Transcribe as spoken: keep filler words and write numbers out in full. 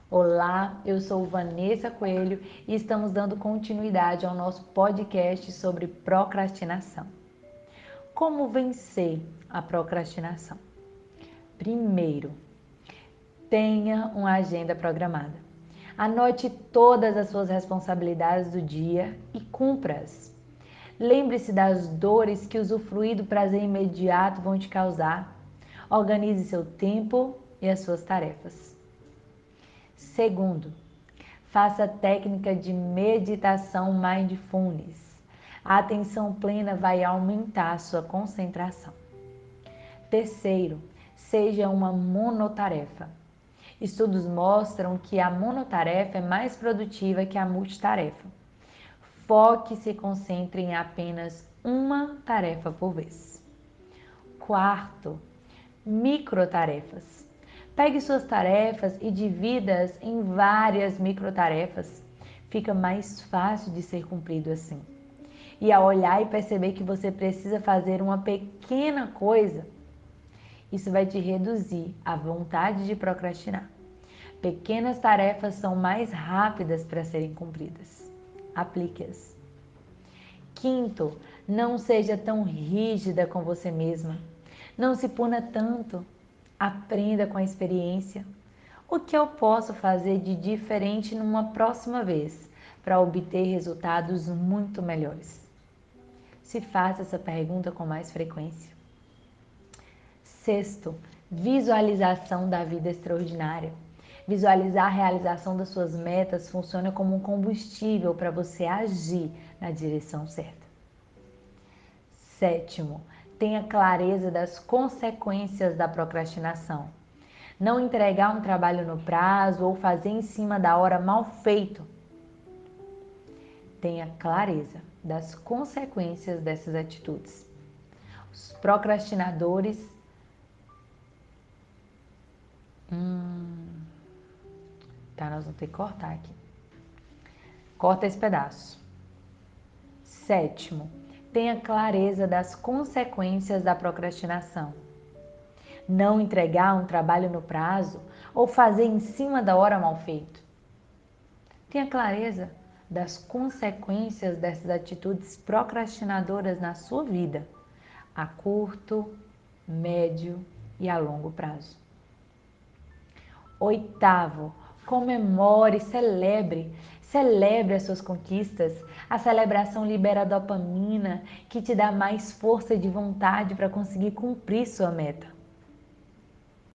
Olá, eu sou Vanessa Coelho e estamos dando continuidade ao nosso podcast sobre procrastinação. Como vencer a procrastinação? Primeiro, tenha uma agenda programada. Anote todas as suas responsabilidades do dia e cumpra-as. Lembre-se das dores que usufruir do prazer imediato vão te causar. Organize seu tempo e as suas tarefas. Segundo, faça a técnica de meditação mindfulness. A atenção plena vai aumentar a sua concentração. Terceiro, seja uma monotarefa. Estudos mostram que a monotarefa é mais produtiva que a multitarefa. Foque e se concentre em apenas uma tarefa por vez. Quarto, microtarefas. Pegue suas tarefas e divida-as em várias microtarefas. Fica mais fácil de ser cumprido assim. E ao olhar e perceber que você precisa fazer uma pequena coisa, isso vai te reduzir a vontade de procrastinar. Pequenas tarefas são mais rápidas para serem cumpridas. Aplique-as. Quinto, não seja tão rígida com você mesma. Não se puna tanto. Aprenda com a experiência. O que eu posso fazer de diferente numa próxima vez para obter resultados muito melhores? Se faça essa pergunta com mais frequência. Sexto, visualização da vida extraordinária. Visualizar a realização das suas metas funciona como um combustível para você agir na direção certa. Sétimo, tenha clareza das consequências da procrastinação. Não entregar um trabalho no prazo ou fazer em cima da hora mal feito. Tenha clareza das consequências dessas atitudes. Os procrastinadores Hum, tá, nós vamos ter que cortar aqui. Corta esse pedaço. Sétimo, tenha clareza das consequências da procrastinação. Não entregar um trabalho no prazo ou fazer em cima da hora mal feito. Tenha clareza das consequências dessas atitudes procrastinadoras na sua vida, a curto, médio e a longo prazo. Oitavo, comemore, celebre, celebre as suas conquistas. A celebração libera dopamina, que te dá mais força de vontade para conseguir cumprir sua meta.